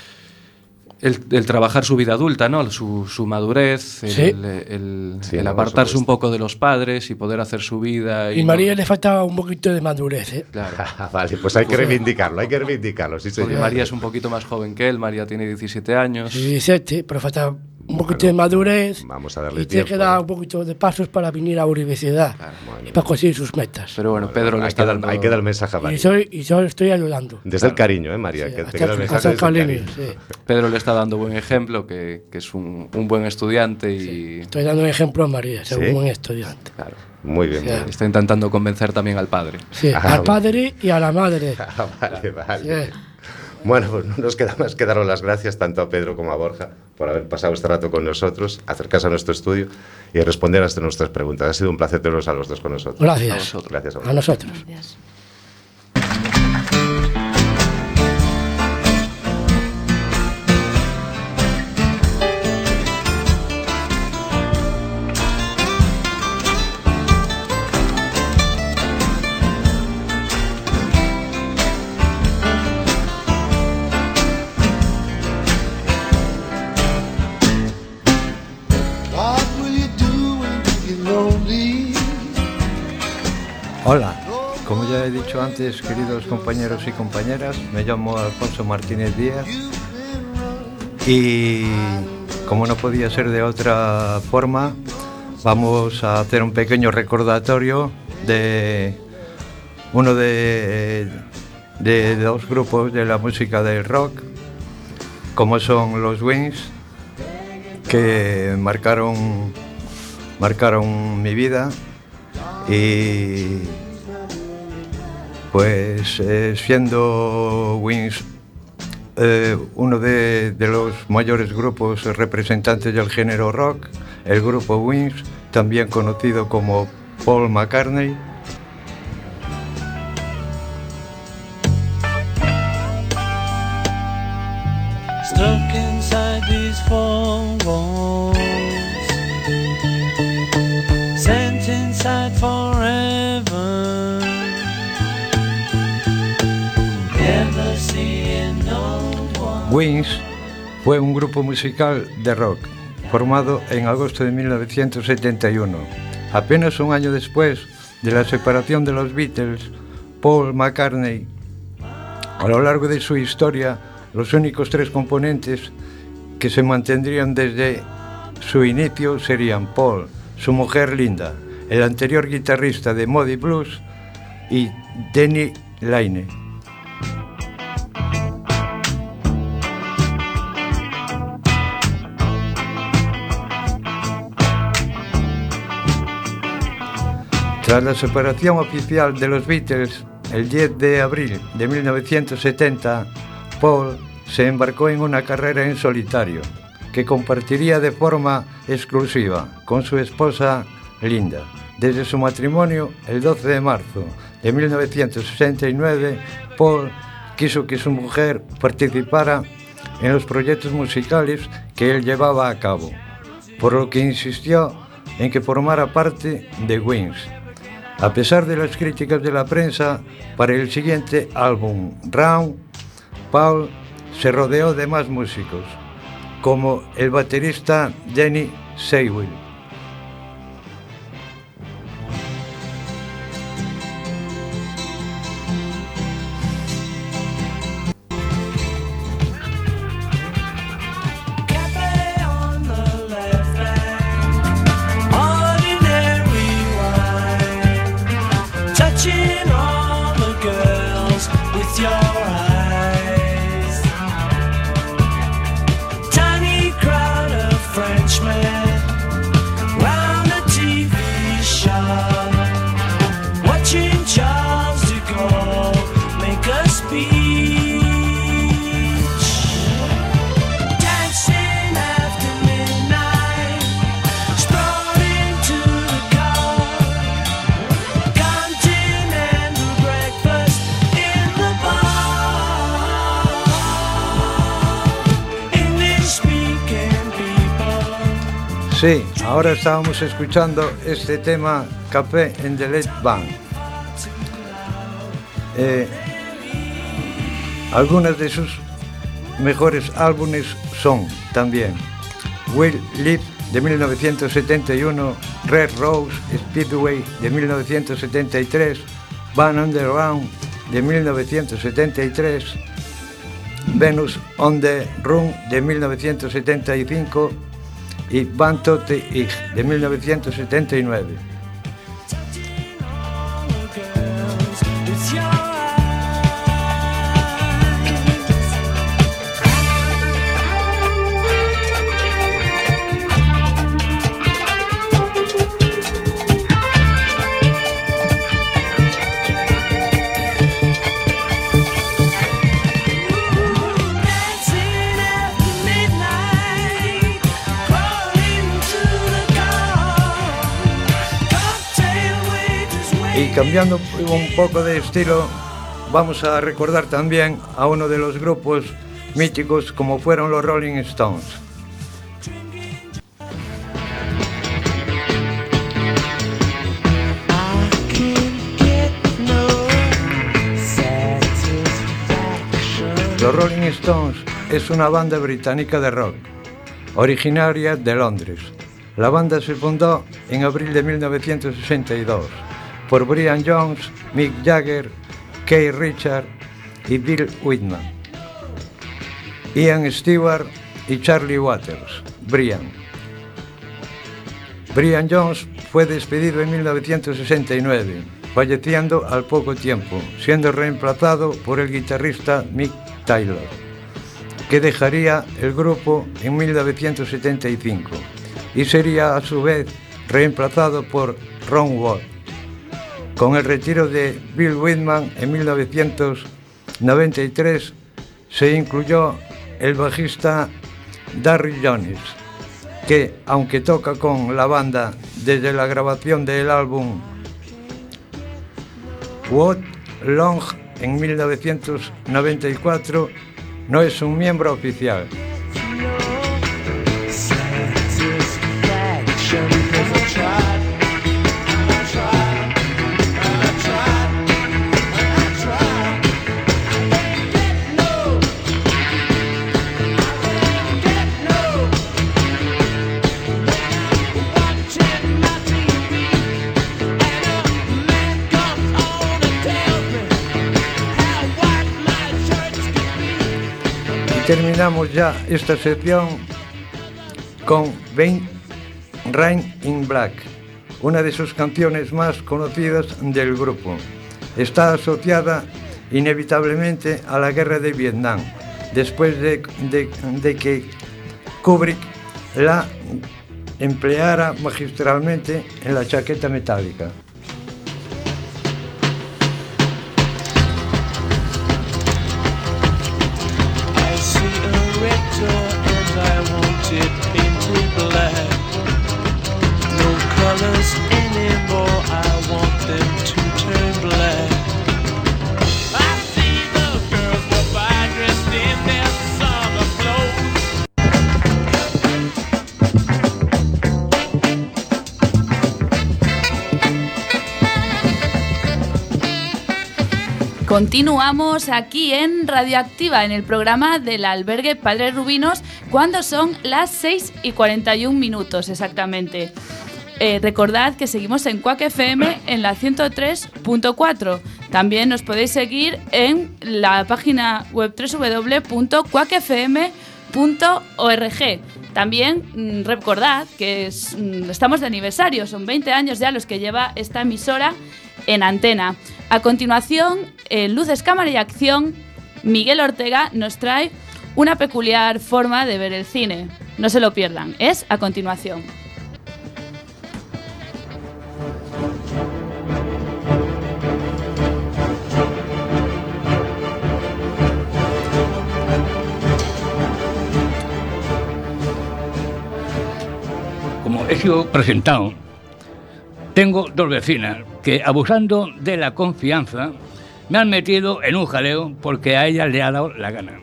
el, el trabajar su vida adulta, ¿no? su, su madurez, el, Sí. el, el, Sí, el no, apartarse por un poco de los padres y poder hacer su vida. Y, Y María no, le falta un poquito de madurez, ¿eh? claro. Vale, pues hay que reivindicarlo, hay que reivindicarlo, sí, Porque señor. María es un poquito más joven que él, María tiene diecisiete años. diecisiete, pero falta un poquito Bueno, de madurez. vamos a darle y tiene tiempo, que dar ¿no? un poquito de pasos para venir a la universidad Bueno. y para conseguir sus metas. Pero bueno, Pedro le hay, está que dar, dando... hay que dar el mensaje a y, María. soy, y yo estoy ayudando. Desde el cariño, ¿eh, María? Sí, que te hasta- queda el mensaje hasta desde el cariño, cariño. sí. Pedro le está dando buen ejemplo, que, que es un, un buen estudiante y Estoy dando un ejemplo a María, ser ¿Sí? un buen estudiante. claro, Muy bien, Sí. muy bien. está intentando convencer también al padre. Sí, Ah, al bueno. padre y a la madre. Ah, vale, vale. Sí. Bueno, pues no nos queda más que daros las gracias tanto a Pedro como a Borja por haber pasado este rato con nosotros, acercarse a nuestro estudio y responder a nuestras preguntas. Ha sido un placer tenerlos a los dos con nosotros. Gracias. A vosotros. Gracias a A vosotros. nosotros. Gracias. What will you do when you get lonely? Hola, como ya he dicho antes, queridos compañeros y compañeras, me llamo Alfonso Martínez Díaz y como no podía ser de otra forma, vamos a hacer un pequeño recordatorio de uno de, de dos grupos de la música del rock, como son los Wings, que marcaron, marcaron mi vida. Y pues eh, siendo Wings eh, uno de, de los mayores grupos representantes del género rock, el grupo Wings, también conocido como Paul McCartney, Stuck inside these four walls, sent inside forever. Wings fue un grupo musical de rock formado en agosto de mil novecientos setenta y uno. Apenas un año después de la separación de los Beatles, Paul McCartney. A lo largo de su historia, los únicos tres componentes que se mantendrían desde su inicio serían Paul, su mujer Linda, el anterior guitarrista de Moody Blues y Denny Laine. Tras la separación oficial de los Beatles, el diez de abril de mil novecientos setenta, Paul se embarcó en una carrera en solitario, que compartiría de forma exclusiva con su esposa Linda. Desde su matrimonio, el doce de marzo de mil novecientos sesenta y nueve, Paul quiso que su mujer participara en los proyectos musicales que él llevaba a cabo, por lo que insistió en que formara parte de Wings. A pesar de las críticas de la prensa, para el siguiente álbum, Round, Paul se rodeó de más músicos, como el baterista Denny Seiwell. Sí, ahora estábamos escuchando este tema Café en the Late Band. Eh, algunas de sus mejores álbumes son también Will Live de mil novecientos setenta y uno, Red Rose Speedway de mil novecientos setenta y tres, Van Underground de mil novecientos setenta y tres, Venus on the Run de mil novecientos setenta y cinco y Van Tote Ich de mil novecientos setenta y nueve. Y cambiando un poco de estilo, vamos a recordar también a uno de los grupos míticos como fueron los Rolling Stones. Los Rolling Stones es una banda británica de rock, originaria de Londres. La banda se fundó en abril de mil novecientos sesenta y dos. Por Brian Jones, Mick Jagger, Keith Richards y Bill Wyman, Ian Stewart y Charlie Waters. Brian. Brian Jones fue despedido en mil novecientos sesenta y nueve, falleciendo al poco tiempo, siendo reemplazado por el guitarrista Mick Taylor, que dejaría el grupo en mil novecientos setenta y cinco y sería a su vez reemplazado por Ron Wood. Con el retiro de Bill Wyman en mil novecientos noventa y tres se incluyó el bajista Darryl Jones, que aunque toca con la banda desde la grabación del álbum What Long en mil novecientos noventa y cuatro, no es un miembro oficial. terminamos ya esta sección con Rain in Black, una de sus canciones más conocidas del grupo. Está asociada inevitablemente a la guerra de Vietnam, después de, de, de que Kubrick la empleara magistralmente en la chaqueta metálica. Continuamos aquí en Radioactiva, en el programa del albergue Padre Rubinos, cuando son las seis y cuarenta y un minutos exactamente. Eh, recordad que seguimos en Quack F M en la ciento tres punto cuatro. También nos podéis seguir en la página web doble u doble u doble u punto quack f m punto org. También mmm, recordad que es, mmm, estamos de aniversario, son veinte años ya los que lleva esta emisora en antena. A continuación, en Luces, Cámara y Acción, Miguel Ortega nos trae una peculiar forma de ver el cine. No se lo pierdan, es a continuación. Como he sido presentado, tengo dos vecinas que, abusando de la confianza, me han metido en un jaleo porque a ellas le ha dado la gana.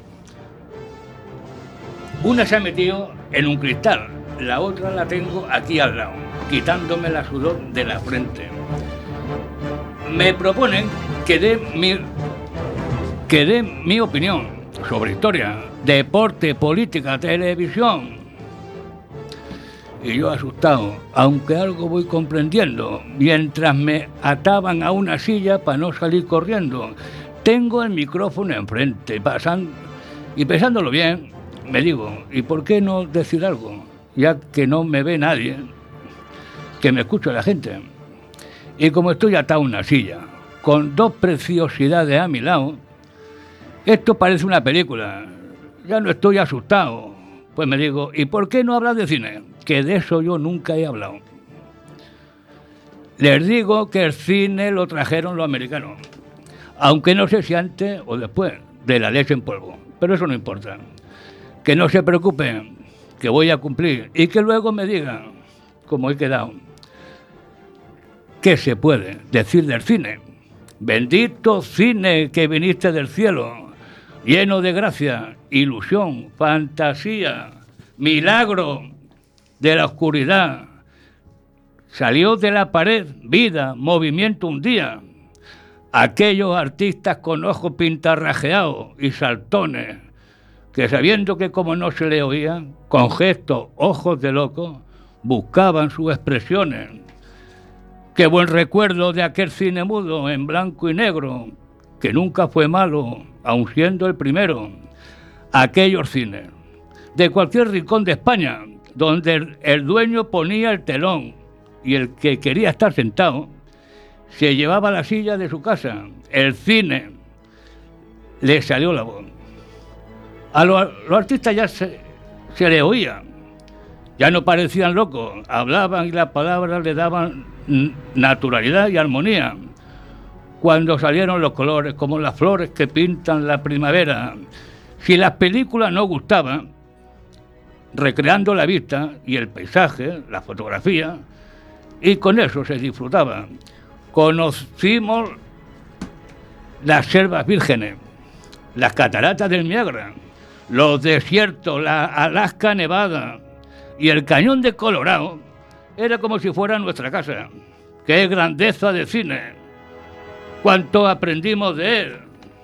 Una se ha metido en un cristal, la otra la tengo aquí al lado, quitándome la sudor de la frente. Me proponen que dé mi, que dé mi opinión sobre historia, deporte, política, televisión. Y yo asustado, aunque algo voy comprendiendo, mientras me ataban a una silla para no salir corriendo. Tengo el micrófono enfrente, pasando, y pensándolo bien, me digo, ¿y por qué no decir algo? Ya que no me ve nadie, que me escuche la gente. Y como estoy atado a una silla, con dos preciosidades a mi lado, esto parece una película, ya no estoy asustado. Pues me digo, ¿y por qué no hablas de cine? Que de eso yo nunca he hablado. Les digo que el cine lo trajeron los americanos, aunque no sé si antes o después de La leche en polvo, pero eso no importa. Que no se preocupen, que voy a cumplir y que luego me digan, como he quedado, ¿qué se puede decir del cine? Bendito cine que viniste del cielo, lleno de gracia, ilusión, fantasía, milagro de la oscuridad. Salió de la pared, vida, movimiento un día. Aquellos artistas con ojos pintarrajeados y saltones, que sabiendo que como no se le oía, con gestos, ojos de loco, buscaban sus expresiones. Qué buen recuerdo de aquel cine mudo en blanco y negro, que nunca fue malo, aun siendo el primero. Aquellos cines, de cualquier rincón de España, donde el, el dueño ponía el telón y el que quería estar sentado se llevaba la silla de su casa. El cine le salió la voz. A los, los artistas ya se, se le oía, ya no parecían locos, hablaban y las palabras le daban naturalidad y armonía. Cuando salieron los colores, como las flores que pintan la primavera. Si las películas no gustaban, recreando la vista y el paisaje, la fotografía, y con eso se disfrutaba. Conocimos las selvas vírgenes, las cataratas del Niágara, los desiertos, la Alaska nevada y el cañón de Colorado. Era como si fuera nuestra casa. ¡Qué grandeza de cine! ¡Cuánto aprendimos de él!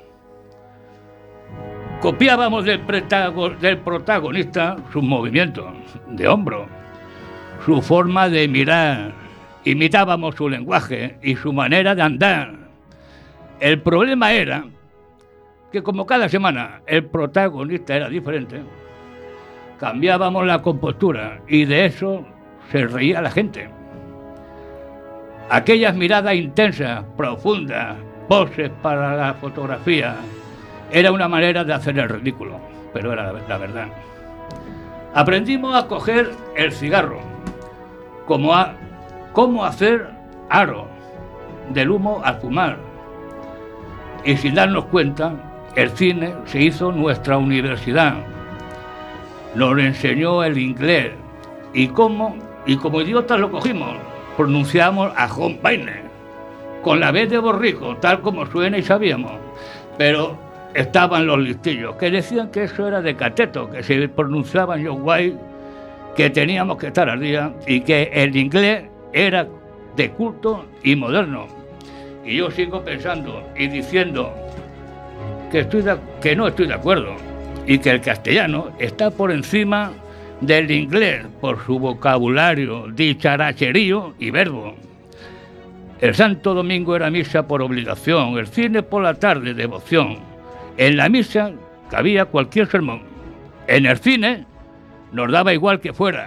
Copiábamos del, pretago, del protagonista sus movimientos de hombro, su forma de mirar, imitábamos su lenguaje y su manera de andar. El problema era que como cada semana el protagonista era diferente, cambiábamos la compostura y de eso se reía la gente. Aquellas miradas intensas, profundas, poses para la fotografía, era una manera de hacer el ridículo, pero era la, la verdad. Aprendimos a coger el cigarro, como a, cómo hacer aro del humo al fumar. Y sin darnos cuenta, el cine se hizo nuestra universidad. Nos enseñó el inglés y cómo, y como idiotas lo cogimos. Pronunciamos a John Wayne con la B de borrico, tal como suena y sabíamos. Pero estaban los listillos que decían que eso era de cateto, que se pronunciaba John Wayne, que teníamos que estar al día y que el inglés era de culto y moderno. Y yo sigo pensando y diciendo que, estoy de, que no estoy de acuerdo y que el castellano está por encima del inglés por su vocabulario, dicharacherío y verbo. El Santo Domingo era misa por obligación, el cine por la tarde, devoción. En la misa cabía cualquier sermón. En el cine nos daba igual que fuera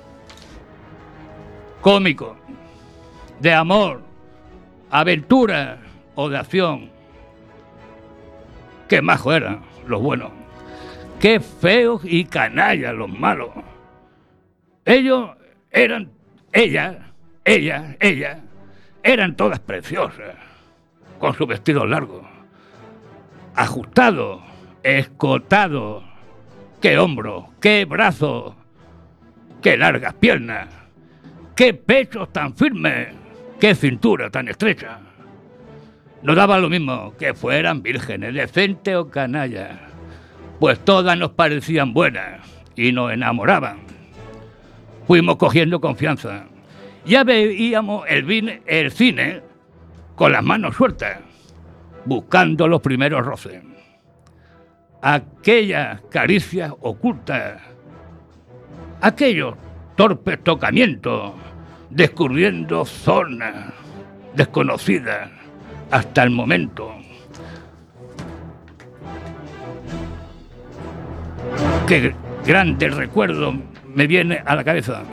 cómico, de amor, aventura o de acción. Qué majos eran los buenos. Qué feos y canallas los malos. Ellos eran, ellas, ellas, ellas, eran todas preciosas, con sus vestidos largos, ajustados, escotados. Qué hombros, qué brazos, qué largas piernas, qué pechos tan firmes, qué cintura tan estrecha. No daba lo mismo que fueran vírgenes, decentes o canallas, pues todas nos parecían buenas y nos enamoraban. Fuimos cogiendo confianza. Ya veíamos el, vine, el cine con las manos sueltas, buscando los primeros roces. Aquellas caricias ocultas, aquellos torpes tocamientos, descubriendo zonas desconocidas hasta el momento. Qué grande recuerdo me viene a la cabeza.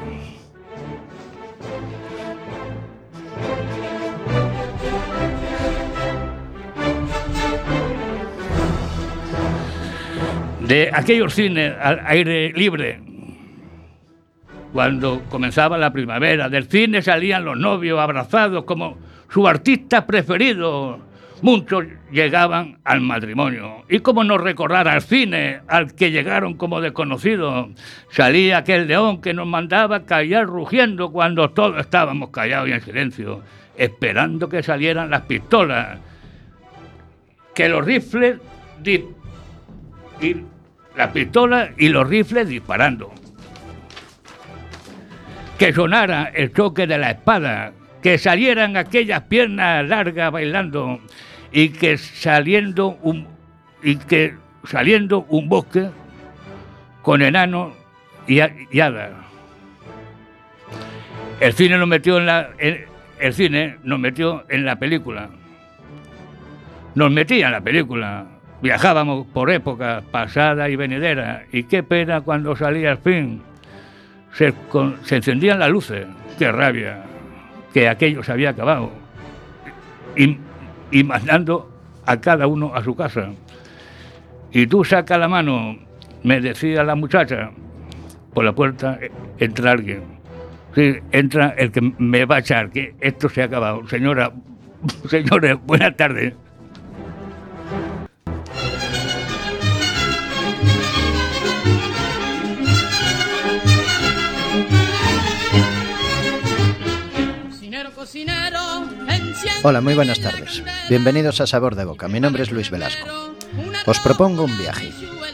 De aquellos cines al aire libre, cuando comenzaba la primavera, del cine salían los novios abrazados como su artista preferido. Muchos llegaban al matrimonio. Y cómo no recordar al cine, al que llegaron como desconocidos. Salía aquel león que nos mandaba callar rugiendo cuando todos estábamos callados y en silencio, esperando que salieran las pistolas, que los rifles di- y las pistolas y los rifles disparando, que sonara el choque de la espada, que salieran aquellas piernas largas bailando y que saliendo un y que saliendo un bosque con enanos y, y hadas. El cine nos metió en la el, el cine nos metió en la película. Nos metía en la película. Viajábamos por épocas pasadas y venideras, y qué pena cuando salía el fin. Se, con, se encendían las luces. Qué rabia que aquello se había acabado. Y, y mandando a cada uno a su casa. Y tú saca la mano, me decía la muchacha, por la puerta entra alguien. Sí, entra el que me va a echar, que esto se ha acabado. Señora, señores, buenas tardes. Hola, muy buenas tardes. Bienvenidos a Sabor de Boca. Mi nombre es Luis Velasco. Os propongo un viaje.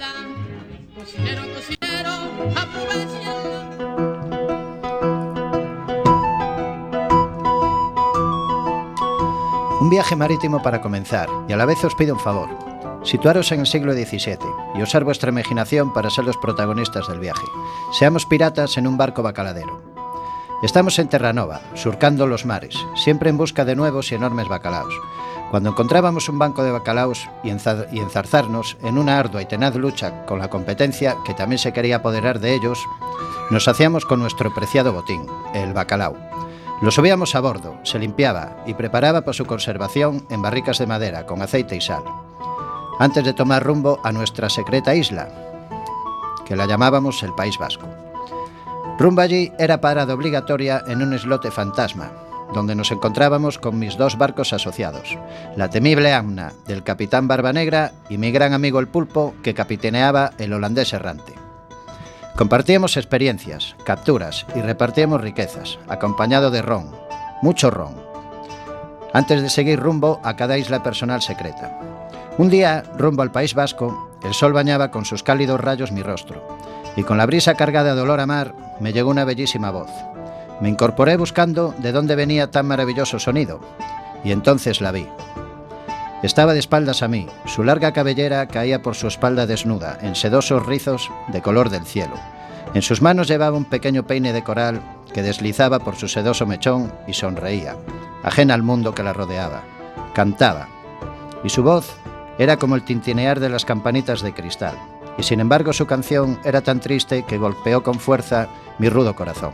Un viaje marítimo para comenzar, y a la vez os pido un favor. Situaros en el siglo diecisiete y usar vuestra imaginación para ser los protagonistas del viaje. Seamos piratas en un barco bacaladero. Estamos en Terranova, surcando los mares, siempre en busca de nuevos y enormes bacalaos. Cuando encontrábamos un banco de bacalaos y, enza- y enzarzarnos en una ardua y tenaz lucha con la competencia que también se quería apoderar de ellos, nos hacíamos con nuestro preciado botín, el bacalao. Lo subíamos a bordo, se limpiaba y preparaba para su conservación en barricas de madera con aceite y sal, antes de tomar rumbo a nuestra secreta isla, que la llamábamos el País Vasco. Rumbo allí era parada obligatoria en un islote fantasma, donde nos encontrábamos con mis dos barcos asociados, la temible Amna del capitán Barbanegra y mi gran amigo el Pulpo, que capitaneaba el holandés errante. Compartíamos experiencias, capturas y repartíamos riquezas, acompañado de ron, mucho ron, antes de seguir rumbo a cada isla personal secreta. Un día, rumbo al País Vasco, el sol bañaba con sus cálidos rayos mi rostro, y con la brisa cargada de olor a mar me llegó una bellísima voz. Me incorporé buscando de dónde venía tan maravilloso sonido, y entonces la vi. Estaba de espaldas a mí, su larga cabellera caía por su espalda desnuda, en sedosos rizos de color del cielo. En sus manos llevaba un pequeño peine de coral que deslizaba por su sedoso mechón y sonreía, ajena al mundo que la rodeaba. Cantaba, y su voz era como el tintinear de las campanitas de cristal, y sin embargo su canción era tan triste que golpeó con fuerza mi rudo corazón.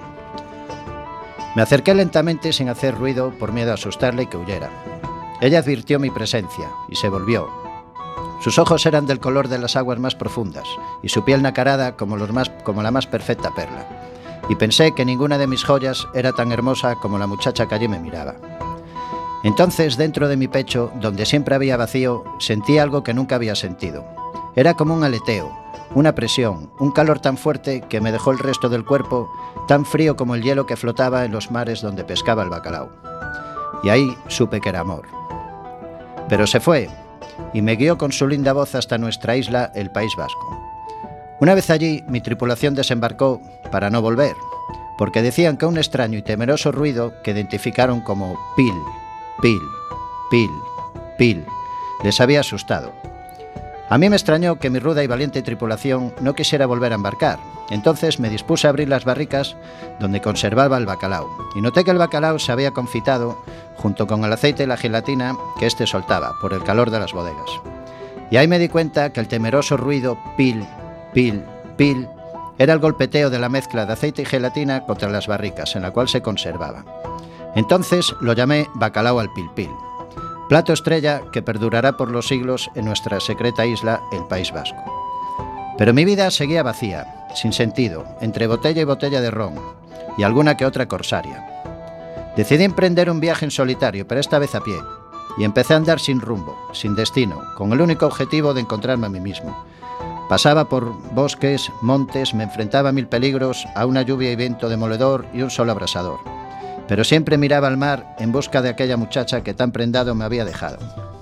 Me acerqué lentamente sin hacer ruido por miedo a asustarle y que huyera. Ella advirtió mi presencia y se volvió. Sus ojos eran del color de las aguas más profundas y su piel nacarada como, los más, como la más perfecta perla. Y pensé que ninguna de mis joyas era tan hermosa como la muchacha que allí me miraba. Entonces, dentro de mi pecho, donde siempre había vacío, sentí algo que nunca había sentido. Era como un aleteo, una presión, un calor tan fuerte que me dejó el resto del cuerpo tan frío como el hielo que flotaba en los mares donde pescaba el bacalao. Y ahí supe que era amor. Pero se fue y me guió con su linda voz hasta nuestra isla, el País Vasco. Una vez allí, mi tripulación desembarcó para no volver, porque decían que un extraño y temeroso ruido que identificaron como pil, pil, pil, pil, les había asustado. A mí me extrañó que mi ruda y valiente tripulación no quisiera volver a embarcar. Entonces me dispuse a abrir las barricas donde conservaba el bacalao, y noté que el bacalao se había confitado junto con el aceite y la gelatina que éste soltaba por el calor de las bodegas. Y ahí me di cuenta que el temeroso ruido pil, pil, pil era el golpeteo de la mezcla de aceite y gelatina contra las barricas en la cual se conservaba. Entonces lo llamé bacalao al pil pil, plato estrella que perdurará por los siglos en nuestra secreta isla, el País Vasco. Pero mi vida seguía vacía, sin sentido, entre botella y botella de ron, y alguna que otra corsaria. Decidí emprender un viaje en solitario, pero esta vez a pie, y empecé a andar sin rumbo, sin destino, con el único objetivo de encontrarme a mí mismo. Pasaba por bosques, montes, me enfrentaba a mil peligros, a una lluvia y viento demoledor y un sol abrasador. Pero siempre miraba al mar en busca de aquella muchacha que tan prendado me había dejado.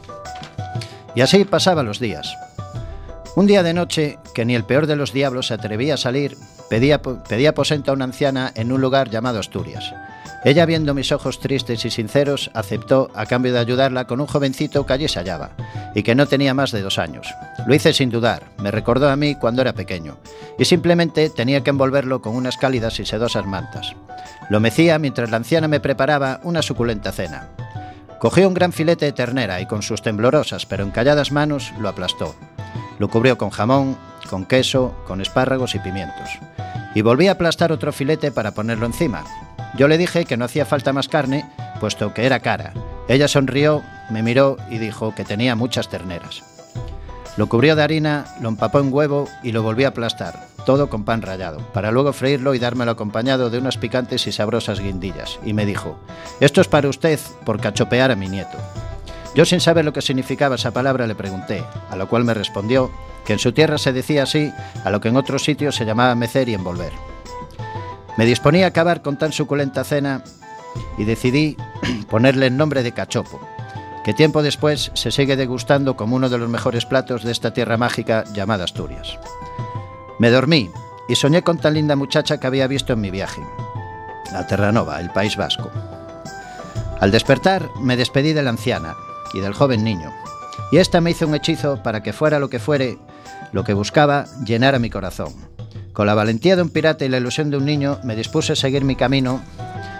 Y así pasaban los días. Un día de noche, que ni el peor de los diablos se atrevía a salir, pedía, pedía aposento a una anciana en un lugar llamado Asturias. Ella, viendo mis ojos tristes y sinceros, aceptó a cambio de ayudarla con un jovencito que allí se hallaba, y que no tenía más de dos años. Lo hice sin dudar, me recordó a mí cuando era pequeño, y simplemente tenía que envolverlo con unas cálidas y sedosas mantas. Lo mecía mientras la anciana me preparaba una suculenta cena. Cogió un gran filete de ternera y con sus temblorosas pero encalladas manos lo aplastó. Lo cubrió con jamón, con queso, con espárragos y pimientos. Y volví a aplastar otro filete para ponerlo encima. Yo le dije que no hacía falta más carne, puesto que era cara. Ella sonrió, me miró y dijo que tenía muchas terneras. Lo cubrió de harina, lo empapó en huevo y lo volvió a aplastar, todo con pan rallado, para luego freírlo y dármelo acompañado de unas picantes y sabrosas guindillas. Y me dijo: «Esto es para usted por cachopear a mi nieto». Yo, sin saber lo que significaba esa palabra, le pregunté, a lo cual me respondió que en su tierra se decía así a lo que en otros sitios se llamaba mecer y envolver. Me disponía a acabar con tan suculenta cena y decidí ponerle el nombre de cachopo, que tiempo después se sigue degustando como uno de los mejores platos de esta tierra mágica llamada Asturias. Me dormí y soñé con tan linda muchacha que había visto en mi viaje, a Terranova, el País Vasco. Al despertar me despedí de la anciana y del joven niño, y ésta me hizo un hechizo para que fuera lo que fuere, lo que buscaba llenara mi corazón. Con la valentía de un pirata y la ilusión de un niño me dispuse a seguir mi camino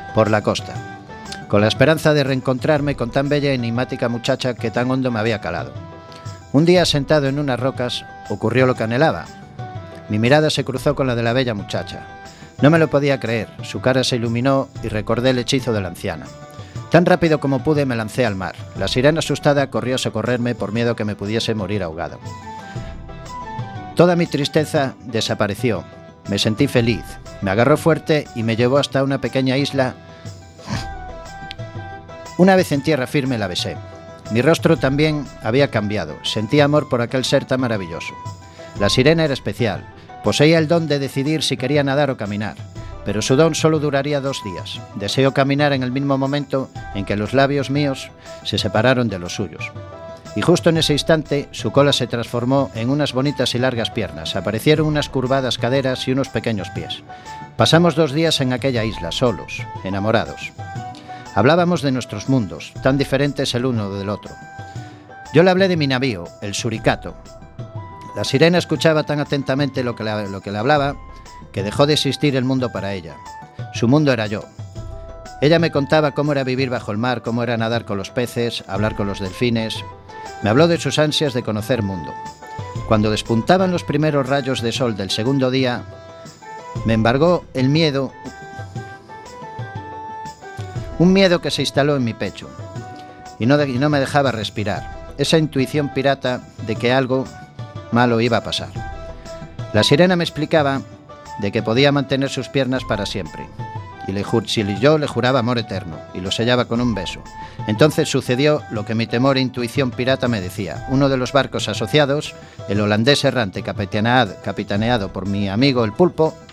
por la costa, con la esperanza de reencontrarme con tan bella y enigmática muchacha que tan hondo me había calado. Un día, sentado en unas rocas, ocurrió lo que anhelaba. Mi mirada se cruzó con la de la bella muchacha. No me lo podía creer, su cara se iluminó y recordé el hechizo de la anciana. Tan rápido como pude me lancé al mar. La sirena asustada corrió a socorrerme por miedo que me pudiese morir ahogado. Toda mi tristeza desapareció. Me sentí feliz. Me agarró fuerte y me llevó hasta una pequeña isla. Una vez en tierra firme la besé. Mi rostro también había cambiado. Sentí amor por aquel ser tan maravilloso. La sirena era especial. Poseía el don de decidir si quería nadar o caminar. Pero su don solo duraría dos días. Deseó caminar en el mismo momento en que los labios míos se separaron de los suyos. Y justo en ese instante su cola se transformó en unas bonitas y largas piernas. Aparecieron unas curvadas caderas y unos pequeños pies. Pasamos dos días en aquella isla, solos, enamorados. Hablábamos de nuestros mundos, tan diferentes el uno del otro. Yo le hablé de mi navío, el Suricato. La sirena escuchaba tan atentamente lo que le, lo que le hablaba que dejó de existir el mundo para ella. Su mundo era yo. Ella me contaba cómo era vivir bajo el mar, cómo era nadar con los peces, hablar con los delfines. Me habló de sus ansias de conocer mundo. Cuando despuntaban los primeros rayos de sol del segundo día, me embargó el miedo, un miedo que se instaló en mi pecho y no, de, y no me dejaba respirar. Esa intuición pirata de que algo malo iba a pasar. La sirena me explicaba de que podía mantener sus piernas para siempre. Y le jur- si yo le juraba amor eterno y lo sellaba con un beso. Entonces sucedió lo que mi temor e intuición pirata me decía. Uno de los barcos asociados, el holandés errante capitaneado, capitaneado por mi amigo el Pulpo,